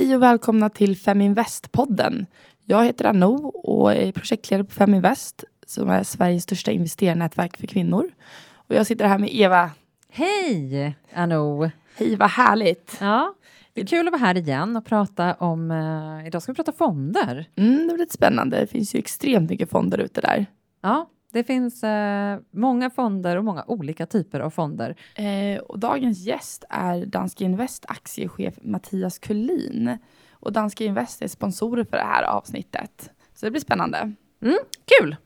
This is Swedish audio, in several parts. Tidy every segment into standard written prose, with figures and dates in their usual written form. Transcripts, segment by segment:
Hej och välkomna till Feminvest-podden. Jag heter Anno och är projektledare på Feminvest som är Sveriges största investerarnätverk för kvinnor. Och jag sitter här med Eva. Hej Anno! Hej, vad härligt! Ja, det är kul att vara här igen och prata om, idag ska vi prata fonder. Det blir lite spännande, det finns ju extremt mycket fonder ute där. Ja, det finns många fonder och många olika typer av fonder. Och dagens gäst är Danske Invest aktiechef Mathias Kullin. Och Danske Invest är sponsorer för det här avsnittet. Så det blir spännande. Kul!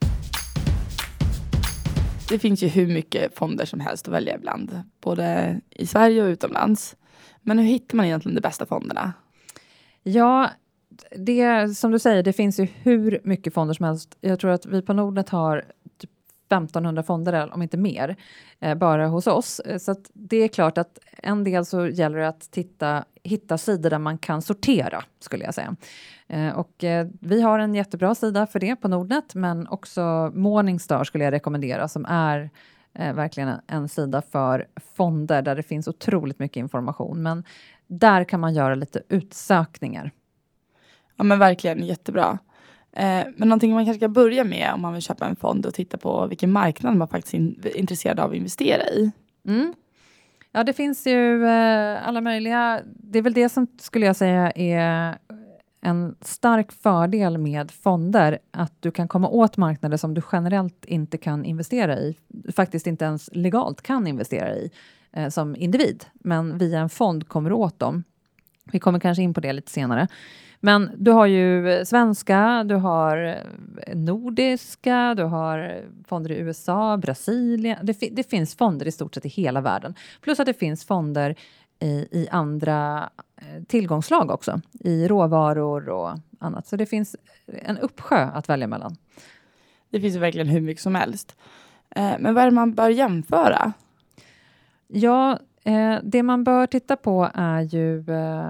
Det finns ju hur mycket fonder som helst att välja ibland. Både i Sverige och utomlands. Men hur hittar man egentligen de bästa fonderna? Ja, det som du säger, det finns ju hur mycket fonder som helst. Jag tror att vi på Nordnet har typ 1500 fonder, om inte mer, bara hos oss. Så att det är klart att en del så gäller det att hitta sidor där man kan sortera, skulle jag säga. Och vi har en jättebra sida för det på Nordnet, men också Morningstar skulle jag rekommendera, som är verkligen en sida för fonder där det finns otroligt mycket information. Men där kan man göra lite utsökningar. Ja, men verkligen jättebra. Men någonting man kanske ska börja med om man vill köpa en fond och titta på vilken marknad man faktiskt är intresserad av att investera i. Ja, det finns ju alla möjliga. Det är väl det som skulle jag säga är en stark fördel med fonder, att du kan komma åt marknader som du generellt inte kan investera i. Faktiskt inte ens legalt kan investera i som individ. Men via en fond kommer du åt dem. Vi kommer kanske in på det lite senare. Men du har ju svenska, du har nordiska, du har fonder i USA, Brasilien. Det finns fonder i stort sett i hela världen. Plus att det finns fonder i andra tillgångslag också. I råvaror och annat. Så det finns en uppsjö att välja mellan. Det finns ju verkligen hur mycket som helst. Men vad är det man bör jämföra? Ja, det man bör titta på är ju,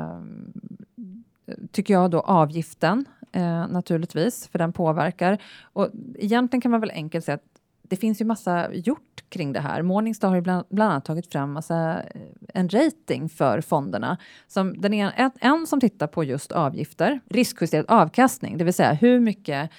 tycker jag då, avgiften naturligtvis, för den påverkar. Och egentligen kan man väl enkelt säga att det finns ju massa gjort kring det här. Morningstar har ju bland annat tagit fram en rating för fonderna. Som en som tittar på just avgifter, riskjusterad avkastning, det vill säga hur mycket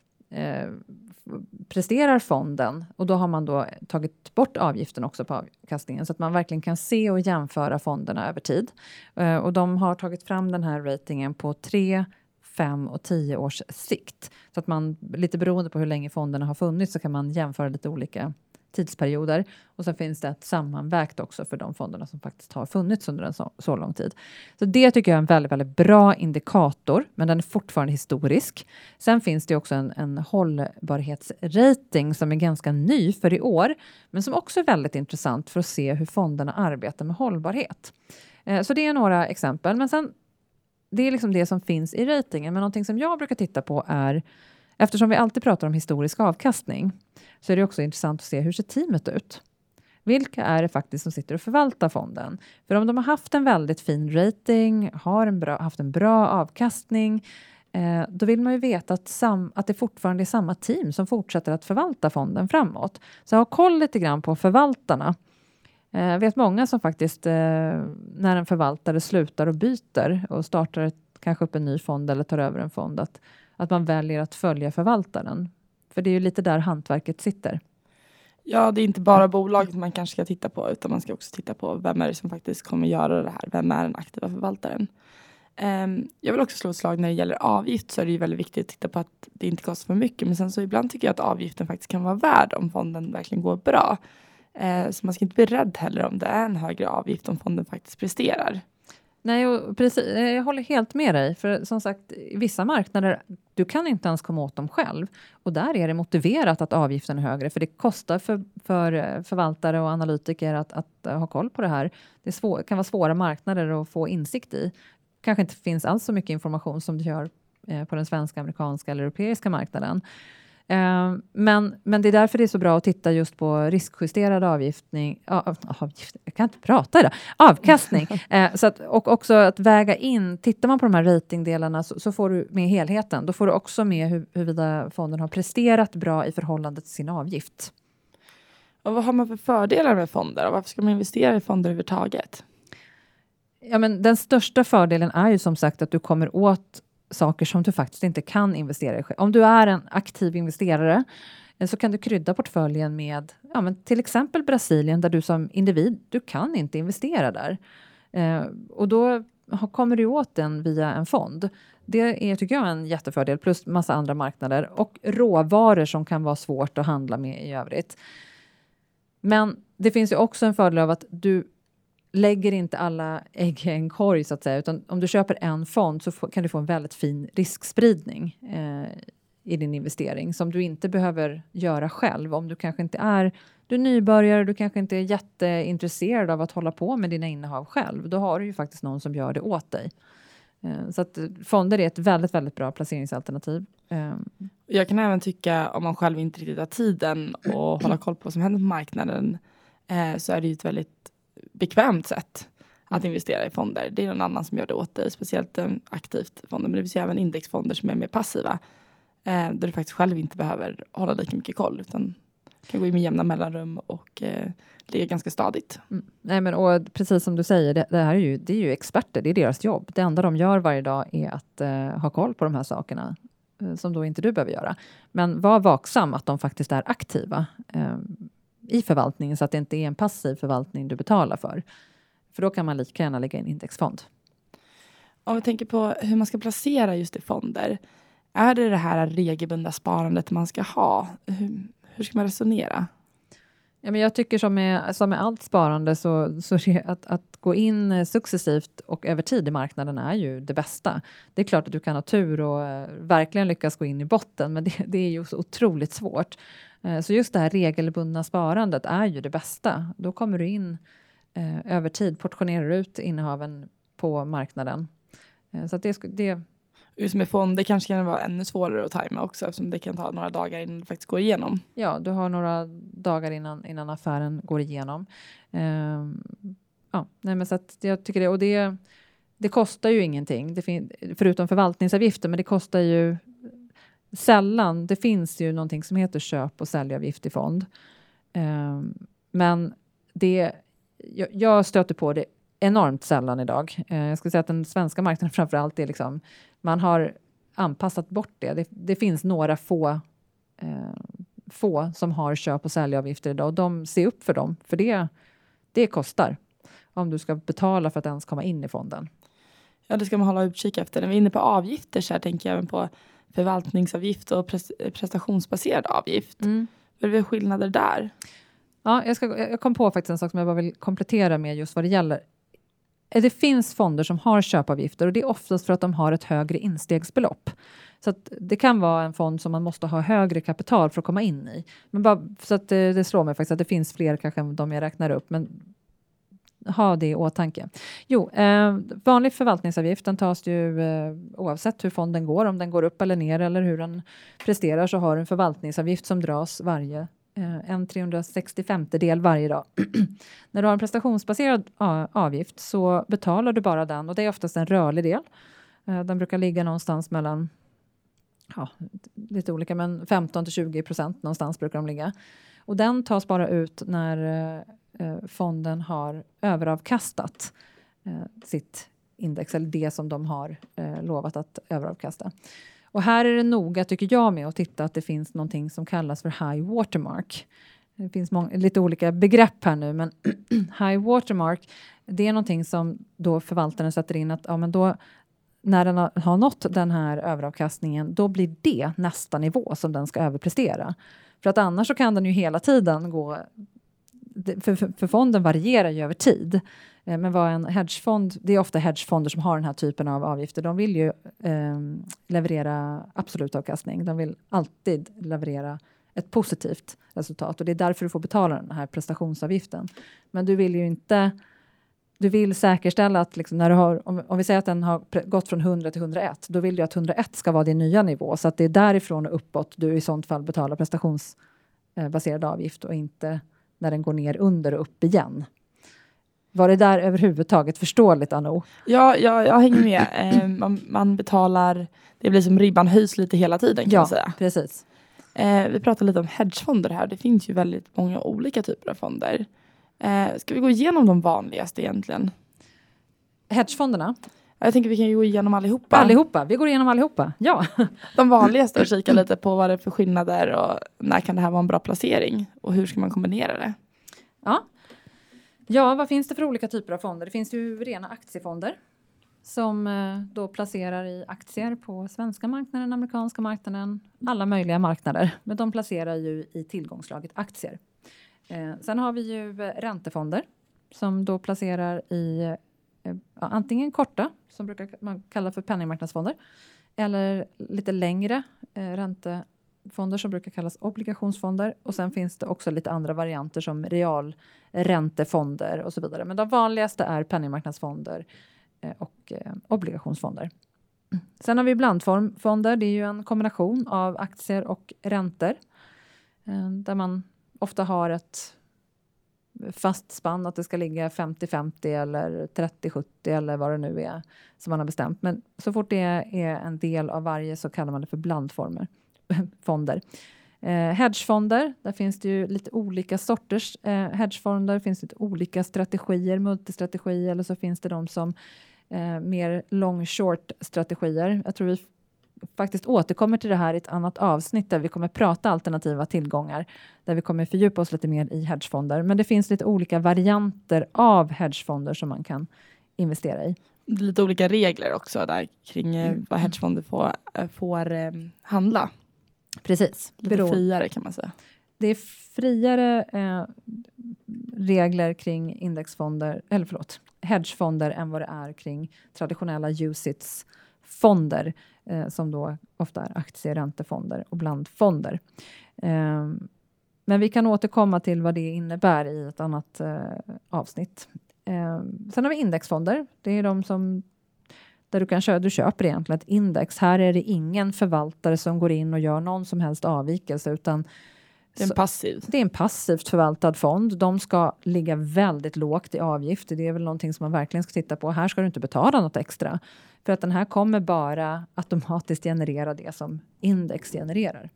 presterar fonden, och då har man då tagit bort avgiften också på avkastningen, så att man verkligen kan se och jämföra fonderna över tid. Och de har tagit fram den här ratingen på 3, 5 och 10 års sikt. Så att man, lite beroende på hur länge fonderna har funnits, så kan man jämföra lite olika tidsperioder. Och sen finns det ett sammanvägt också för de fonderna som faktiskt har funnits under en så lång tid. Så det tycker jag är en väldigt, väldigt bra indikator, men den är fortfarande historisk. Sen finns det också en hållbarhetsrating som är ganska ny för i år, men som också är väldigt intressant för att se hur fonderna arbetar med hållbarhet. Så det är några exempel, men sen det är liksom det som finns i ratingen. Men någonting som jag brukar titta på är, eftersom vi alltid pratar om historisk avkastning, så är det också intressant att se hur ser teamet ut. Vilka är det faktiskt som sitter och förvaltar fonden? För om de har haft en väldigt fin rating, har haft en bra avkastning, då vill man ju veta att det fortfarande är samma team som fortsätter att förvalta fonden framåt. Så ha koll lite grann på förvaltarna. Jag vet många som faktiskt, när en förvaltare slutar och byter och startar kanske upp en ny fond eller tar över en fond, att man väljer att följa förvaltaren. För det är ju lite där hantverket sitter. Ja, det är inte bara bolaget man kanske ska titta på, utan man ska också titta på vem är det som faktiskt kommer göra det här. Vem är den aktiva förvaltaren? Jag vill också slå ett slag när det gäller avgift, så är det ju väldigt viktigt att titta på att det inte kostar för mycket. Men sen så ibland tycker jag att avgiften faktiskt kan vara värd om fonden verkligen går bra. Så man ska inte bli rädd heller om det är en högre avgift om fonden faktiskt presterar. Nej, och precis, jag håller helt med dig. För som sagt, i vissa marknader, du kan inte ens komma åt dem själv. Och där är det motiverat att avgiften är högre. För det kostar för förvaltare och analytiker att ha koll på det här. Det kan vara svåra marknader att få insikt i. Kanske inte finns alls så mycket information som det gör på den svenska, amerikanska eller europeiska marknaden. Men det är därför det är så bra att titta just på riskjusterad avgiftning. Jag kan inte prata idag. Avkastning. Och också att väga in. Tittar man på de här ratingdelarna så får du med helheten. Då får du också med huruvida fonden har presterat bra i förhållande till sin avgift. Och vad har man för fördelar med fonder? Och varför ska man investera i fonder överhuvudtaget? Ja, men den största fördelen är ju som sagt att du kommer åt saker som du faktiskt inte kan investera i själv. Om du är en aktiv investerare så kan du krydda portföljen med men till exempel Brasilien, där du som individ, du kan inte investera där. Och då kommer du åt den via en fond. Det är, tycker jag, en jättefördel, plus massa andra marknader och råvaror som kan vara svårt att handla med i övrigt. Men det finns ju också en fördel av att du lägger inte alla ägg i en korg så att säga, utan om du köper en fond så kan du få en väldigt fin riskspridning i din investering som du inte behöver göra själv. Om du kanske inte är, du är nybörjare, du kanske inte är jätteintresserad av att hålla på med dina innehav själv, då har du ju faktiskt någon som gör det åt dig. Så att fonder är ett väldigt, väldigt bra placeringsalternativ. Jag kan även tycka, om man själv inte riktigt har tiden och hålla koll på vad som händer på marknaden, så är det ju ett väldigt bekvämt sätt att investera i fonder. Det är någon annan som gör det åt dig, speciellt aktivt fonder, men det finns ju även indexfonder som är mer passiva, där du faktiskt själv inte behöver hålla lika mycket koll, utan kan gå in med jämna mellanrum och ligga ganska stadigt. Nej, men och precis som du säger, det här är ju experter, det är deras jobb. Det enda de gör varje dag är att ha koll på de här sakerna som då inte du behöver göra. Men var vaksam att de faktiskt är aktiva i förvaltningen, så att det inte är en passiv förvaltning du betalar för. För då kan man lika gärna lägga in indexfond. Om vi tänker på hur man ska placera just i fonder, är det här regelbundna sparandet man ska ha? Hur ska man resonera? Ja, men jag tycker som med allt sparande så att gå in successivt och över tid i marknaden är ju det bästa. Det är klart att du kan ha tur och verkligen lyckas gå in i botten, men det är ju så otroligt svårt. Så just det här regelbundna sparandet är ju det bästa. Då kommer du in över tid, portionerar ut innehaven på marknaden. Så att det Just med fonder kanske kan vara ännu svårare att tajma också, eftersom det kan ta några dagar innan det faktiskt går igenom. Ja, du har några dagar innan affären går igenom. Men så att jag tycker det, och det kostar ju ingenting. Förutom förvaltningsavgifter, men det kostar ju sällan. Det finns ju någonting som heter köp- och säljavgift i fond. Men jag stöter på det enormt sällan idag. Jag skulle säga att den svenska marknaden framförallt är liksom, man har anpassat bort det. Det finns några få som har köp- och säljavgifter idag, och de ser upp för dem. För det kostar om du ska betala för att ens komma in i fonden. Ja, det ska man hålla utkik efter. När vi är inne på avgifter så här tänker jag även på förvaltningsavgift och prestationsbaserad avgift. Vad är det skillnader där? Ja, jag kom på faktiskt en sak som jag bara vill komplettera med just vad det gäller. Det finns fonder som har köpavgifter, och det är oftast för att de har ett högre instegsbelopp. Så att det kan vara en fond som man måste ha högre kapital för att komma in i. Men bara, så att det slår mig faktiskt att det finns fler kanske än de jag räknar upp, men ha det i åtanke. Vanlig förvaltningsavgift, den tas ju oavsett hur fonden går, om den går upp eller ner eller hur den presterar, så har en förvaltningsavgift som dras en 365-del varje dag. När du har en prestationsbaserad avgift så betalar du bara den, och det är oftast en rörlig del. Den brukar ligga någonstans mellan lite olika, men 15-20% någonstans brukar de ligga. Och den tas bara ut när fonden har överavkastat sitt index, eller det som de har lovat att överavkasta. Och här är det noga, tycker jag, med att titta att det finns någonting som kallas för high watermark. Det finns lite olika begrepp här nu, men high watermark, det är någonting som då förvaltaren sätter in att men då, när den har nått den här överavkastningen, då blir det nästa nivå som den ska överprestera. För att annars så kan den ju hela tiden gå, för fonden varierar ju över tid. Men vad en hedgefond, det är ofta hedgefonder som har den här typen av avgifter. De vill ju leverera absolut avkastning. De vill alltid leverera ett positivt resultat. Och det är därför du får betala den här prestationsavgiften. Men du vill ju inte, du vill säkerställa att liksom när du har, om vi säger att den har gått från 100 till 101, då vill du att 101 ska vara din nya nivå. Så att det är därifrån och uppåt du i sånt fall betalar prestationsbaserad avgift, och inte när den går ner under och upp igen. Var det där överhuvudtaget förståeligt, Anno? Ja, jag hänger med. Man betalar, det blir som ribban höjs lite hela tiden, kan man säga. Ja, precis. Vi pratar lite om hedgefonder här. Det finns ju väldigt många olika typer av fonder. Ska vi gå igenom de vanligaste egentligen? Hedgefonderna. Jag tänker vi kan ju gå igenom allihopa. Allihopa, vi går igenom allihopa. Ja. De vanligaste och kika lite på vad det är för skillnader och när kan det här vara en bra placering och hur ska man kombinera det? Ja, vad finns det för olika typer av fonder? Det finns ju rena aktiefonder som då placerar i aktier på svenska marknaden, amerikanska marknaden, alla möjliga marknader. Men de placerar ju i tillgångslaget aktier. Sen har vi ju räntefonder som då placerar i antingen korta, som brukar man kalla för penningmarknadsfonder, eller lite längre räntefonder som brukar kallas obligationsfonder. Och sen finns det också lite andra varianter som realräntefonder och så vidare. Men de vanligaste är penningmarknadsfonder och obligationsfonder. Sen har vi blandfonder. Det är ju en kombination av aktier och räntor. Där man ofta har ett fast spann att det ska ligga 50-50 eller 30-70 eller vad det nu är som man har bestämt. Men så fort det är en del av varje så kallar man det för blandfonder. Hedgefonder, där finns det ju lite olika sorters hedgefonder. Det finns lite olika strategier, multistrategier, eller så finns det de som mer long-short strategier. Jag tror vi faktiskt återkommer till det här i ett annat avsnitt där vi kommer prata alternativa tillgångar, där vi kommer fördjupa oss lite mer i hedgefonder. Men det finns lite olika varianter av hedgefonder som man kan investera i. Lite olika regler också där kring vad hedgefonder får handla. Precis. Lite friare kan man säga. Det är friare regler kring hedgefonder än vad det är kring traditionella UCITS-fonder som då ofta är aktieräntefonder och blandfonder. Men vi kan återkomma till vad det innebär i ett annat avsnitt. Sen har vi indexfonder. Det är de som där du köper egentligen ett index. Här är det ingen förvaltare som går in och gör någon som helst avvikelse, utan det är en passivt förvaltad fond. De ska ligga väldigt lågt i avgift. Det är väl någonting som man verkligen ska titta på. Här ska du inte betala något extra. För att den här kommer bara automatiskt generera det som index genererar.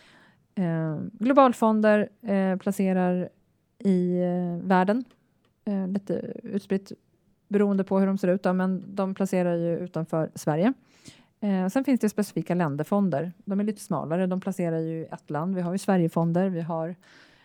Globalfonder placerar i världen. Lite utspritt beroende på hur de ser ut. Men de placerar ju utanför Sverige. Sen finns det specifika länderfonder. De är lite smalare. De placerar ju i ett land. Vi har ju Sverigefonder. Vi har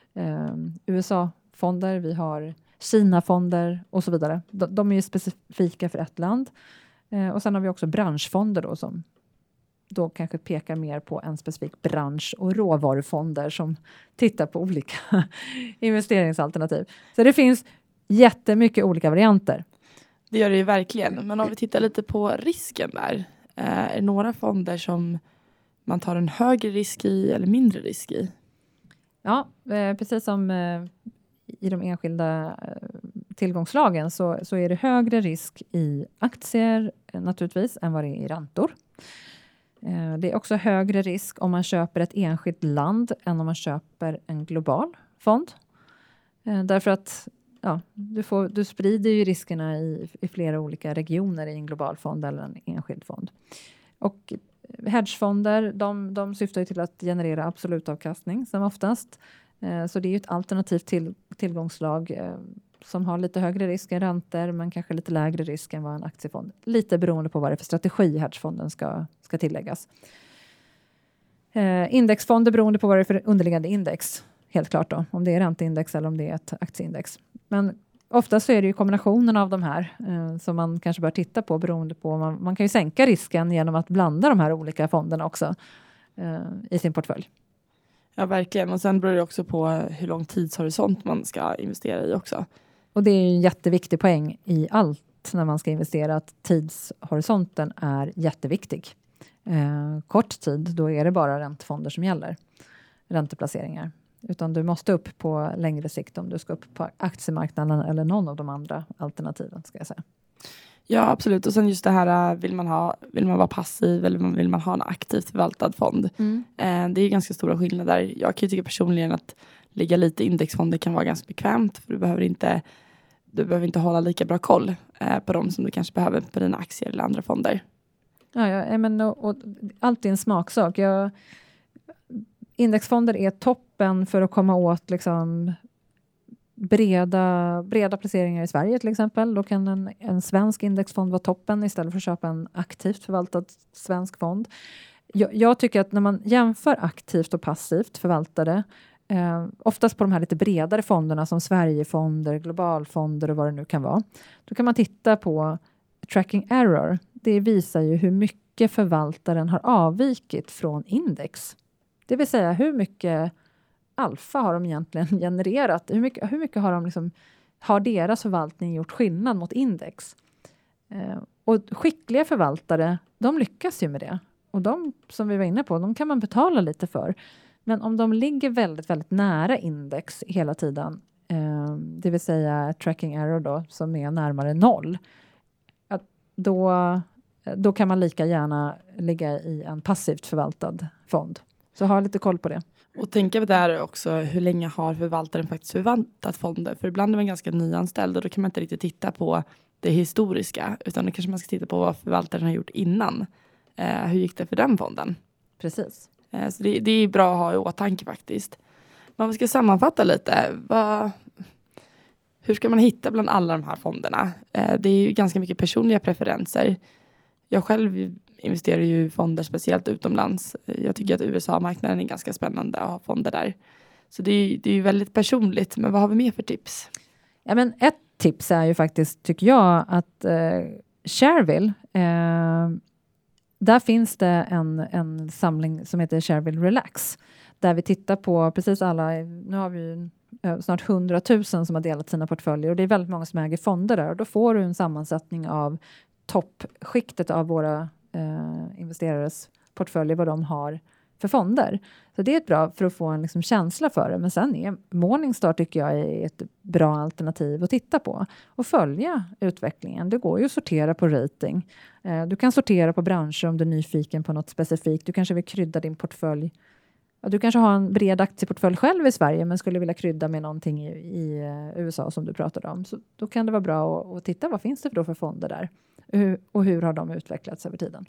USA-fonder. Vi har Kina-fonder och så vidare. De är ju specifika för ett land. Och sen har vi också branschfonder då, som då kanske pekar mer på en specifik bransch, och råvarufonder som tittar på olika investeringsalternativ. Så det finns jättemycket olika varianter. Det gör det ju verkligen. Men om vi tittar lite på risken där. Är det några fonder som man tar en högre risk i eller mindre risk i? Ja, precis som i de enskilda tillgångslagen så är det högre risk i aktier naturligtvis än vad det är i räntor. Det är också högre risk om man köper ett enskilt land än om man köper en global fond. Därför att du sprider ju riskerna i flera olika regioner i en global fond eller en enskild fond. Och hedgefonder, de syftar ju till att generera absolut avkastning som oftast. Så det är ju ett alternativt tillgångslag som har lite högre risk än räntor, men kanske lite lägre risk än vad en aktiefond. Lite beroende på vad det är för strategi hedgefonden ska tilläggas. Indexfonder beroende på vad det är för underliggande index. Helt klart då, om det är ränteindex eller om det är ett aktieindex. Men ofta så är det ju kombinationen av de här som man kanske bör titta på beroende på. Man kan ju sänka risken genom att blanda de här olika fonderna också i sin portfölj. Ja, verkligen. Och sen beror det också på hur lång tidshorisont man ska investera i också. Och det är ju en jätteviktig poäng i allt när man ska investera, att tidshorisonten är jätteviktig. Kort tid, då är det bara räntefonder som gäller. Ränteplaceringar. Utan du måste upp på längre sikt om du ska upp på aktiemarknaden eller någon av de andra alternativen, ska jag säga. Ja, absolut. Och sen just det här, vill man vara passiv eller vill man ha en aktivt förvaltad fond? Det är ganska stora skillnader. Jag kan ju tycka personligen att ligga lite i indexfonder kan vara ganska bekvämt, för du behöver inte hålla lika bra koll på dem som du kanske behöver på dina aktier eller andra fonder. Ja, men och allt är en smaksak. Indexfonder är toppen för att komma åt liksom breda placeringar i Sverige till exempel. Då kan en svensk indexfond vara toppen istället för att köpa en aktivt förvaltad svensk fond. Jag tycker att när man jämför aktivt och passivt förvaltade, oftast på de här lite bredare fonderna som Sverigefonder, globalfonder och vad det nu kan vara, då kan man titta på tracking error. Det visar ju hur mycket förvaltaren har avvikit från index. Det vill säga hur mycket alfa har de egentligen genererat? Hur mycket har de har deras förvaltning gjort skillnad mot index? Och skickliga förvaltare, de lyckas ju med det. Och de som vi var inne på, de kan man betala lite för. Men om de ligger väldigt, väldigt nära index hela tiden, det vill säga tracking error då, som är närmare 0, då kan man lika gärna ligga i en passivt förvaltad fond. Så ha lite koll på det. Och tänka där också, hur länge har förvaltaren faktiskt förvaltat fonder? För ibland är man ganska nyanställd och då kan man inte riktigt titta på det historiska. Utan då kanske man ska titta på vad förvaltaren har gjort innan. Hur gick det för den fonden? Precis. Så det är bra att ha i åtanke faktiskt. Men om vi ska sammanfatta lite. Hur ska man hitta bland alla de här fonderna? Det är ju ganska mycket personliga preferenser. Jag själv investerar ju i fonder speciellt utomlands. Jag tycker att USA-marknaden är ganska spännande att ha fonder där. Så det är ju väldigt personligt. Men vad har vi mer för tips? Ja, men ett tips är ju faktiskt, tycker jag, att Shareville, där finns det en samling som heter Shareville Relax. Där vi tittar på precis alla, nu har vi snart 100 000 som har delat sina portföljer. Och det är väldigt många som äger fonder där. Och då får du en sammansättning av toppskiktet av våra investerares portföljer, vad de har för fonder. Så det är bra för att få en känsla för det. Men sen är Morningstar, tycker jag, är ett bra alternativ att titta på. Och följa utvecklingen. Det går ju att sortera på rating. Du kan sortera på branscher om du är nyfiken på något specifikt. Du kanske vill krydda din portfölj. Ja, du kanske har en bred aktieportfölj själv i Sverige men skulle vilja krydda med någonting i USA som du pratade om. Så då kan det vara bra att titta vad finns det för fonder där. Och hur har de utvecklats över tiden.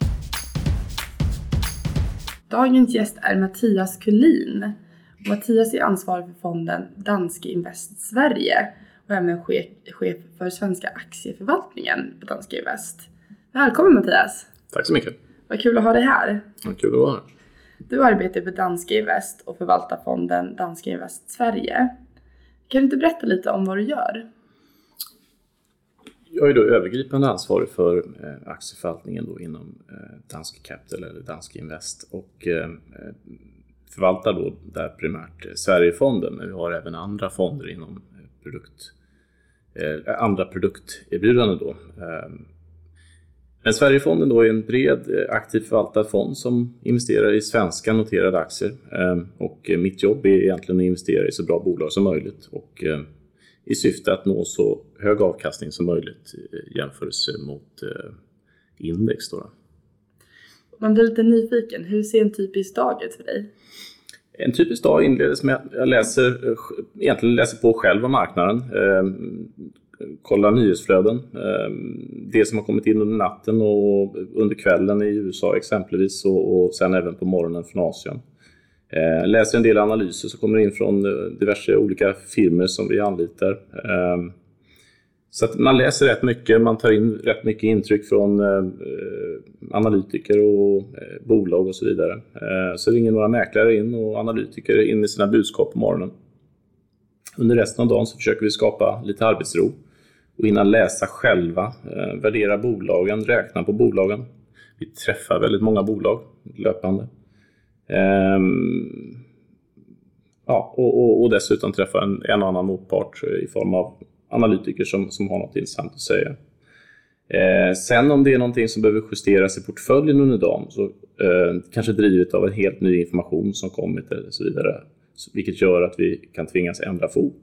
Dagens gäst är Mattias Kullin. Mattias är ansvarig för fonden Danske Invest Sverige och även chef för svenska aktieförvaltningen på Danske Invest. Välkommen Mattias. Tack så mycket. Vad kul att ha dig här. Vad kul att vara här. Du arbetar på Danske Invest och förvaltar fonden Danske Invest Sverige. Kan du inte berätta lite om vad du gör? Jag är då övergripande ansvarig för aktieförvaltningen då inom Danske Capital eller Danske Invest och förvaltar då där primärt Sverigefonden, men vi har även andra fonder inom andra produkterbjudanden då. Men Sverigefonden då är en bred aktivt förvaltad fond som investerar i svenska noterade aktier och mitt jobb är egentligen att investera i så bra bolag som möjligt och i syfte att nå så hög avkastning som möjligt jämförelse mot index då. Man blir lite nyfiken. Hur ser en typisk dag ut för dig? En typisk dag inleds med att jag läser på själv om marknaden. Kolla nyhetsflöden. Det som har kommit in under natten och under kvällen i USA exempelvis och sen även på morgonen från Asien. Läser en del analyser som kommer in från diverse olika firmor som vi anlitar. Så att man läser rätt mycket, man tar in rätt mycket intryck från analytiker och bolag och så vidare. Så ringer några mäklare in och analytiker in med sina budskap på morgonen. Under resten av dagen så försöker vi skapa lite arbetsro och innan läsa själva, värdera bolagen, räkna på bolagen. Vi träffar väldigt många bolag löpande. Och dessutom träffa en annan motpart i form av analytiker som har något intressant att säga. Sen om det är någonting som behöver justeras i portföljen under dagen så kanske drivet av en helt ny information som kommit eller så vidare, vilket gör att vi kan tvingas ändra fot,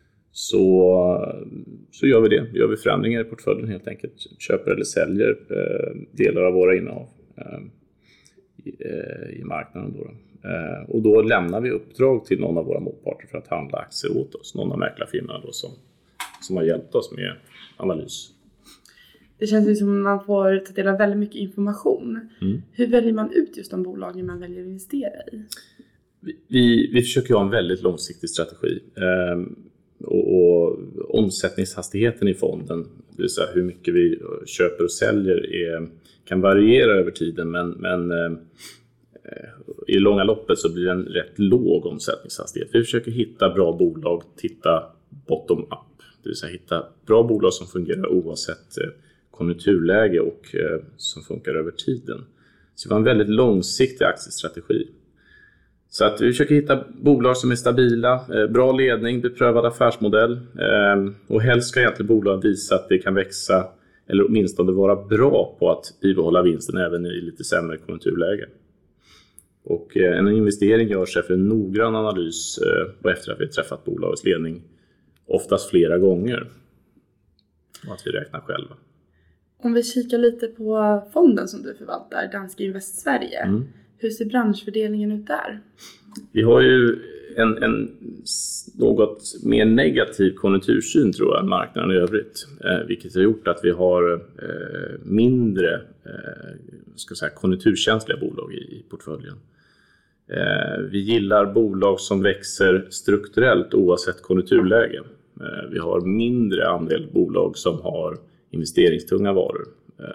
så gör vi det. Gör vi förändringar i portföljen helt enkelt, köper eller säljer delar av våra innehav i marknaden då. Och då lämnar vi uppdrag till någon av våra motparter för att handla aktier åt oss. Någon av mäklarfirmorna då som har hjälpt oss med analys. Det känns ju som att man får ta del av väldigt mycket information. Hur väljer man ut just de bolagen man väljer att investera i? Vi försöker ha en väldigt långsiktig strategi. och omsättningshastigheten i fonden, det vill säga hur mycket vi köper och säljer, kan variera över tiden, men i långa loppet så blir det en rätt låg omsättningshastighet. Vi försöker hitta bra bolag, titta bottom up, det vill säga hitta bra bolag som fungerar oavsett konjunkturläge och som funkar över tiden. Så det var en väldigt långsiktig aktiestrategi. Så att vi försöker hitta bolag som är stabila, bra ledning, beprövad affärsmodell, och helst ska egentligen bolag visa att det kan växa eller åtminstone vara bra på att bibehålla vinsten även i lite sämre konjunkturläge. Och en investering görs efter en noggrann analys och efter att vi träffat bolagets ledning oftast flera gånger och att vi räknar själva. Om vi kikar lite på fonden som du förvaltar, Danske Invest Sverige. Hur ser branschfördelningen ut där? Vi har ju en något mer negativ konjunktursyn, tror jag, än marknaden i övrigt. Vilket har gjort att vi har mindre konjunkturkänsliga bolag i portföljen. Vi gillar bolag som växer strukturellt oavsett konjunkturläge. Vi har mindre andel bolag som har investeringstunga varor.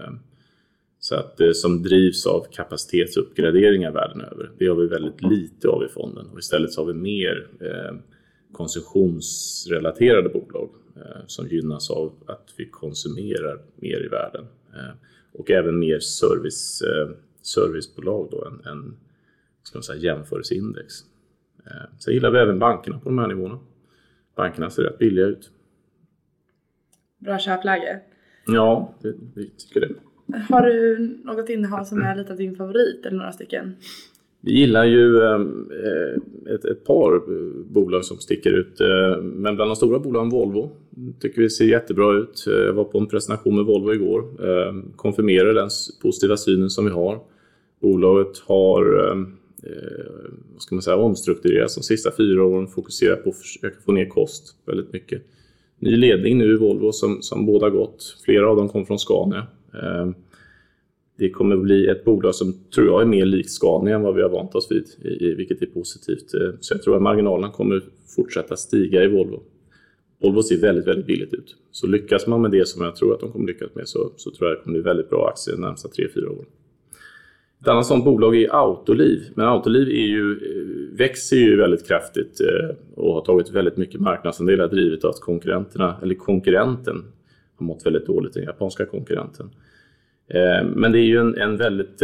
Så att som drivs av kapacitetsuppgraderingar världen över. Det har vi väldigt lite av i fonden. Och istället så har vi mer konsumtionsrelaterade bolag som gynnas av att vi konsumerar mer i världen. Och även mer servicebolag då än jämförelseindex. Så gillar vi även bankerna på de här nivåerna. Bankerna ser rätt billiga ut. Bra köpläge. Ja, vi tycker det. Har du något innehav som är lite av din favorit eller några stycken? Vi gillar ju ett par bolag som sticker ut. Men bland de stora bolagen Volvo tycker vi ser jättebra ut. Jag var på en presentation med Volvo igår. Konfirmerar den positiva synen som vi har. Bolaget har omstrukturerats de sista 4 åren. Fokuserar på att försöka få ner kost väldigt mycket. Ny ledning nu i Volvo som båda gått. Flera av dem kom från Scania. Det kommer att bli ett bolag som tror jag är mer likt Scania än vad vi har vant oss vid, vilket är positivt. Så jag tror att marginalerna kommer fortsätta stiga i Volvo. Volvo ser väldigt, väldigt billigt ut. Så lyckas man med det som jag tror att de kommer lyckas med, så tror jag att det kommer bli väldigt bra aktier de närmsta 3-4 åren. Ett annat sådant bolag är Autoliv. Men Autoliv växer ju väldigt kraftigt och har tagit väldigt mycket marknadsandelar, drivet av att konkurrenten har mått väldigt dåligt, den japanska konkurrenten. Men det är ju en väldigt,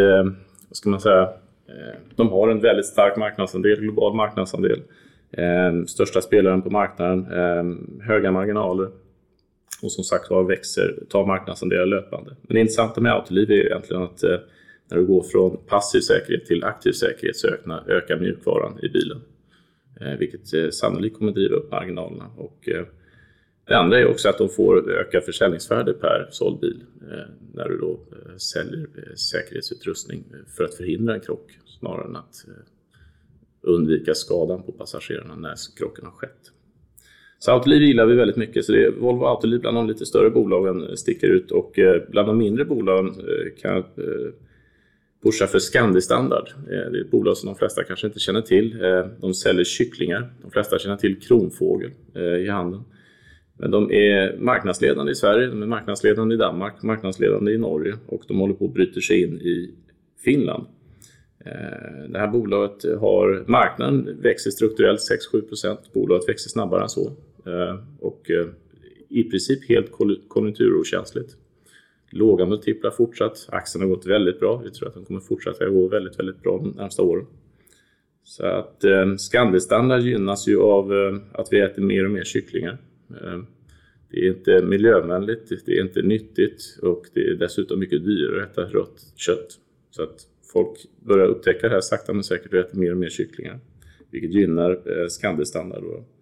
de har en väldigt stark marknadsandel, global marknadsandel. Största spelaren på marknaden, höga marginaler och som sagt tar marknadsandelar löpande. Men det intressanta med Autoliv är egentligen att när du går från passiv säkerhet till aktiv säkerhet så ökar mjukvaran i bilen. Vilket sannolikt kommer driva upp marginalerna. Och det andra är också att de får öka försäljningsvärde per såld bil när du då säljer säkerhetsutrustning för att förhindra en krock snarare än att undvika skadan på passagerarna när krocken har skett. Så Autoliv gillar vi väldigt mycket, så det är Volvo Autoliv bland de lite större bolagen sticker ut, och bland de mindre bolagen kan pusha för Scandi-standard. Det är ett bolag som de flesta kanske inte känner till. De säljer kycklingar. De flesta känner till kronfågel i handeln. Men de är marknadsledande i Sverige, de är marknadsledande i Danmark, marknadsledande i Norge, och de håller på att bryta sig in i Finland. Det här bolaget marknaden växer strukturellt 6-7%. Bolaget växer snabbare än så. Och i princip helt konjunkturokänsligt. Låga multiplar fortsatt. Aktien har gått väldigt bra. Vi tror att den kommer fortsätta gå väldigt, väldigt bra de närmsta åren. Så att Scandi-standard gynnas ju av att vi äter mer och mer kycklingar. Det är inte miljövänligt, det är inte nyttigt, och det är dessutom mycket dyrare att äta rött kött. Så att folk börjar upptäcka det här sakta men säkert och äter mer och mer kycklingar. Vilket gynnar Scandi-standard.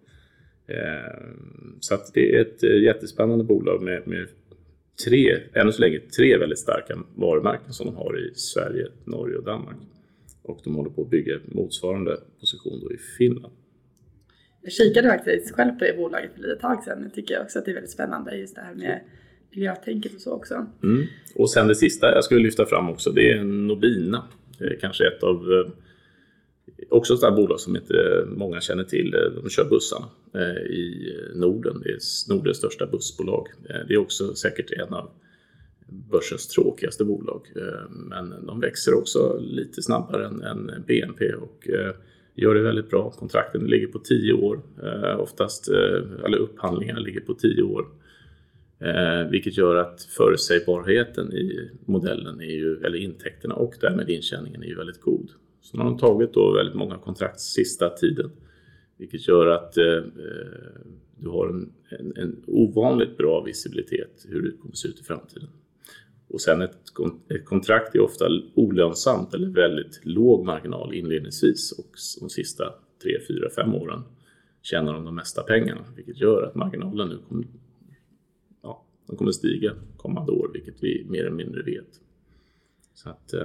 Så att det är ett jättespännande bolag med ännu så länge tre väldigt starka varumärken som de har i Sverige, Norge och Danmark. Och de håller på att bygga motsvarande position då i Finland. Jag kikade faktiskt själv på det bolaget för lite tag sedan. Jag tycker också att det är väldigt spännande just det här med miljötänket och så också. Och sen det sista jag skulle lyfta fram också, det är Nobina. Det är kanske ett av också ett sådant bolag som inte många känner till. De kör bussarna i Norden. Det är Nordens största bussbolag. Det är också säkert en av börsens tråkigaste bolag. Men de växer också lite snabbare än BNP och gör det väldigt bra. Kontrakten ligger på 10 år. Oftast, eller upphandlingarna ligger på 10 år. Vilket gör att förutsägbarheten i modellen är ju, eller intäkterna och därmed intjäningen är ju väldigt god. Så de har tagit då väldigt många kontrakt sista tiden. Vilket gör att du har en ovanligt bra visibilitet hur det kommer se ut i framtiden. Och sen ett kontrakt är ofta olönsamt eller väldigt låg marginal inledningsvis. Och de sista 3, 4, 5 åren tjänar de mesta pengarna. Vilket gör att marginalen nu kommer stiga kommande år, vilket vi mer eller mindre vet. Så att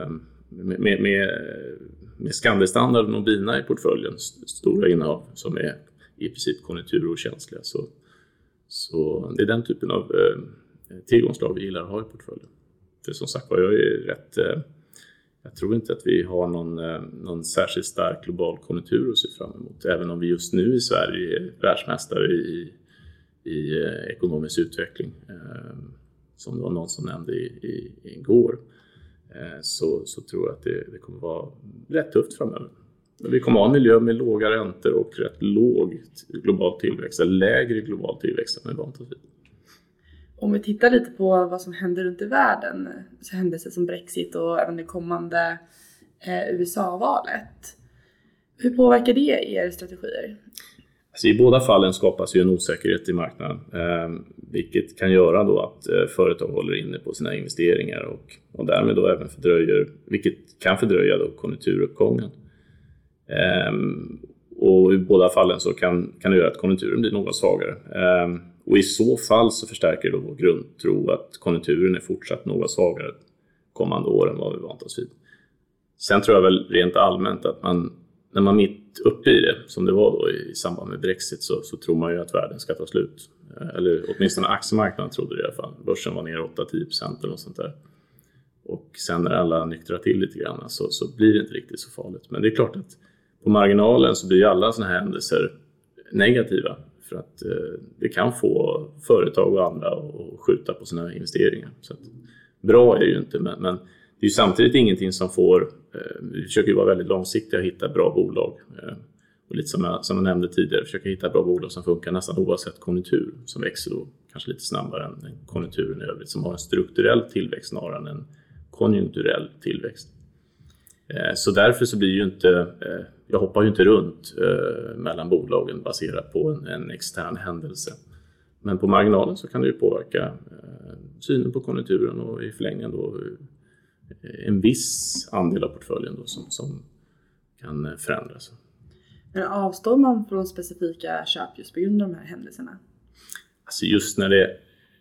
med Scandi-standard och Nobina i portföljen, stora innehav som är i princip konjunkturokänsliga, så det är den typen av tillgångslag vi gillar att ha i portföljen. För som sagt jag tror inte att vi har någon särskilt stark global konjunktur att se fram emot, även om vi just nu i Sverige är världsmästare i ekonomisk utveckling, som det var någon som nämnde igår, så tror jag att det kommer vara rätt tufft framöver. Men vi kommer ha en miljö med låga räntor och rätt låg global tillväxt, eller lägre global tillväxt än vi vant oss vid. Om vi tittar lite på vad som händer runt i världen, så händelser som Brexit och även det kommande USA-valet. Hur påverkar det er strategier? Alltså i båda fallen skapas ju en osäkerhet i marknaden, vilket kan göra då att företag håller inne på sina investeringar och därmed då även vilket kan fördröja då konjunkturuppgången. Och i båda fallen så kan det göra att konjunkturen blir något svagare. Och i så fall så förstärker då vår grundtro att konjunkturen är fortsatt något svagare kommande år än vad vi vant oss vid. Sen tror jag väl rent allmänt att när man mitt uppe i det, som det var då i samband med Brexit, så tror man ju att världen ska ta slut. Eller åtminstone aktiemarknaden trodde det i alla fall. Börsen var ner 8-10% eller något sånt där. Och sen när alla nyktrar till lite grann så blir det inte riktigt så farligt. Men det är klart att på marginalen så blir alla såna här händelser negativa. För att det kan få företag och andra att skjuta på sina investeringar. Så att, bra är det ju inte, men det är ju samtidigt ingenting som får... Vi försöker ju vara väldigt långsiktiga och hitta bra bolag. Och lite som jag nämnde tidigare, försöker hitta bra bolag som funkar nästan oavsett konjunktur. Som växer då kanske lite snabbare än konjunkturen i övrigt. Som har en strukturell tillväxt snarare än en konjunkturell tillväxt. Så därför så blir ju inte... Jag hoppar ju inte runt mellan bolagen baserat på en extern händelse. Men på marginalen så kan det ju påverka synen på konjunkturen och i förlängningen då en viss andel av portföljen då som kan förändras. Men avstår man från specifika köp just på grund av de här händelserna? Alltså just när det...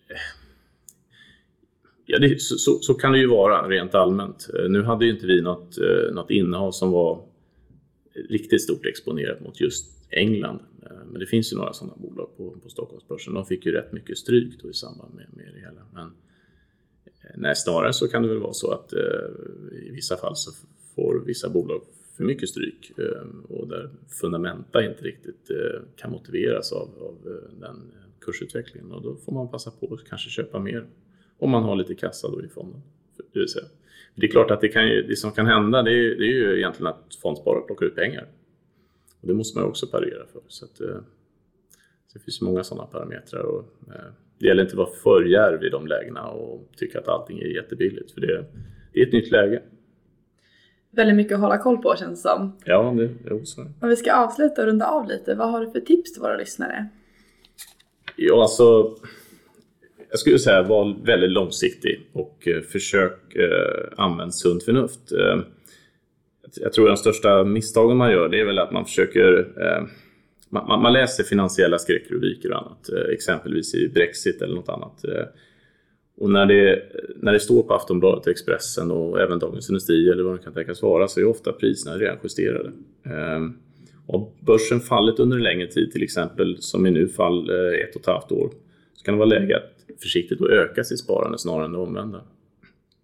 Ja, så kan det ju vara rent allmänt. Nu hade ju inte vi något innehav som var riktigt stort exponerat mot just England. Men det finns ju några sådana bolag på Stockholmsbörsen. De fick ju rätt mycket stryk då i samband med det hela. Men snarare så kan det väl vara så att i vissa fall så får vissa bolag för mycket stryk. Och där fundamenta inte riktigt kan motiveras av den kursutvecklingen. Och då får man passa på att kanske köpa mer om man har lite kassa då i fonden. Det vill säga. Det är klart att det som kan hända det är ju egentligen att fondsparare plockar ut pengar. Och det måste man också parera för. Så det finns många sådana parametrar. Och, det gäller inte att vara för djärv i de lägena och tycka att allting är jättebilligt. För det är ett nytt läge. Väldigt mycket att hålla koll på känns som. Ja, det är så. Om vi ska avsluta och runda av lite. Vad har du för tips till våra lyssnare? Ja, alltså... Jag skulle säga var väldigt långsiktig och försök använda sunt förnuft. Jag tror att de största misstagen man gör det är väl att man försöker... Man läser finansiella skräckrubriker och annat. Exempelvis i Brexit eller något annat. Och när det står på Aftonbladet, Expressen och även Dagens Industri eller vad det kan tänkas vara så är ofta priserna redan justerade. Och börsen fallit under en längre tid till exempel som i nu fall 1,5 år. Så kan det vara läge att försiktigt och öka sitt sparande snarare än det omvända.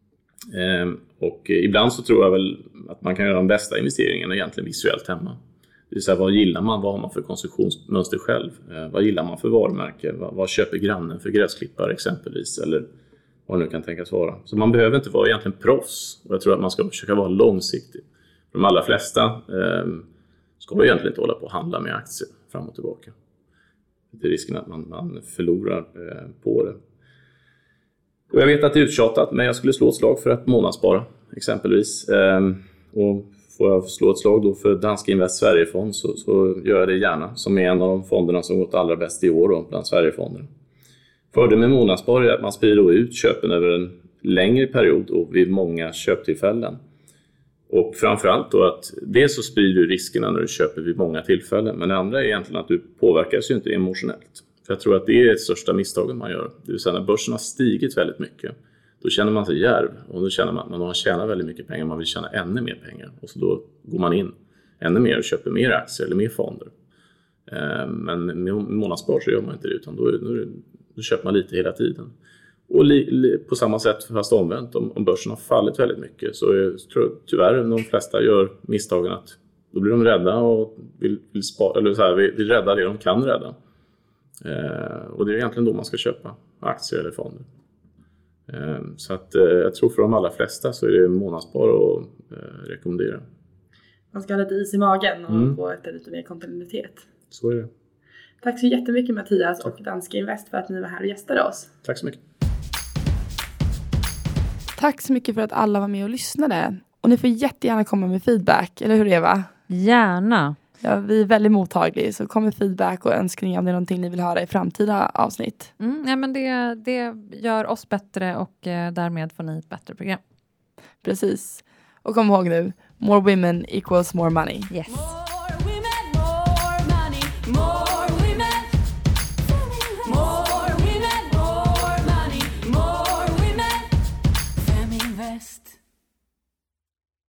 Och ibland så tror jag väl att man kan göra de bästa investeringarna egentligen visuellt hemma. Det vill säga, vad gillar man? Vad har man för konsumtionsmönster själv? Vad gillar man för varumärke? Vad köper grannen för gräsklippare exempelvis? Eller vad det nu kan tänkas vara. Så man behöver inte vara egentligen proffs. Och jag tror att man ska försöka vara långsiktig. För de allra flesta ska egentligen inte hålla på att handla med aktier fram och tillbaka. Det är risken att man förlorar på det. Och jag vet att det är uttjatat, men jag skulle slå ett slag för att månadsspara exempelvis. Och får jag slå ett slag då för Danske Invest Sverigefond så gör jag det gärna. Som är en av de fonderna som gått allra bäst i år då, bland Sverigefonderna. Fördelen med månadsspar är att man sprider då ut köpen över en längre period och vid många köptillfällen. Och framförallt då att dels så sprider du riskerna när du köper vid många tillfällen. Men det andra är egentligen att du påverkas ju inte emotionellt. För jag tror att det är det största misstaget man gör. Det vill säga när börsen har stigit väldigt mycket. Då känner man sig djärv. Och då känner man att man har tjänat väldigt mycket pengar. Man vill tjäna ännu mer pengar. Och så då går man in ännu mer och köper mer aktier eller mer fonder. Men med månadsspar så gör man inte det. Utan då köper man lite hela tiden. Och på samma sätt fast omvänt. Om börsen har fallit väldigt mycket så tror jag tyvärr de flesta gör misstagen att då blir de rädda och vill spara, eller så här, vill rädda det de kan rädda. Och det är egentligen då man ska köpa aktier eller fonder. Så att jag tror för de allra flesta så är det månadsspar att rekommendera. Man ska ha lite is i magen och gå efter lite mer kontinuitet. Så är det. Tack så jättemycket Mattias och Danske Invest för att ni var här och gästade oss. Tack så mycket. Tack så mycket för att alla var med och lyssnade. Och ni får jättegärna komma med feedback, eller hur Eva? Gärna. Ja, vi är väldigt mottagliga, så kom med feedback och önskningar om det är någonting ni vill höra i framtida avsnitt. Ja, men det gör oss bättre och därmed får ni ett bättre program. Precis. Och kom ihåg nu, more women equals more money. Yes.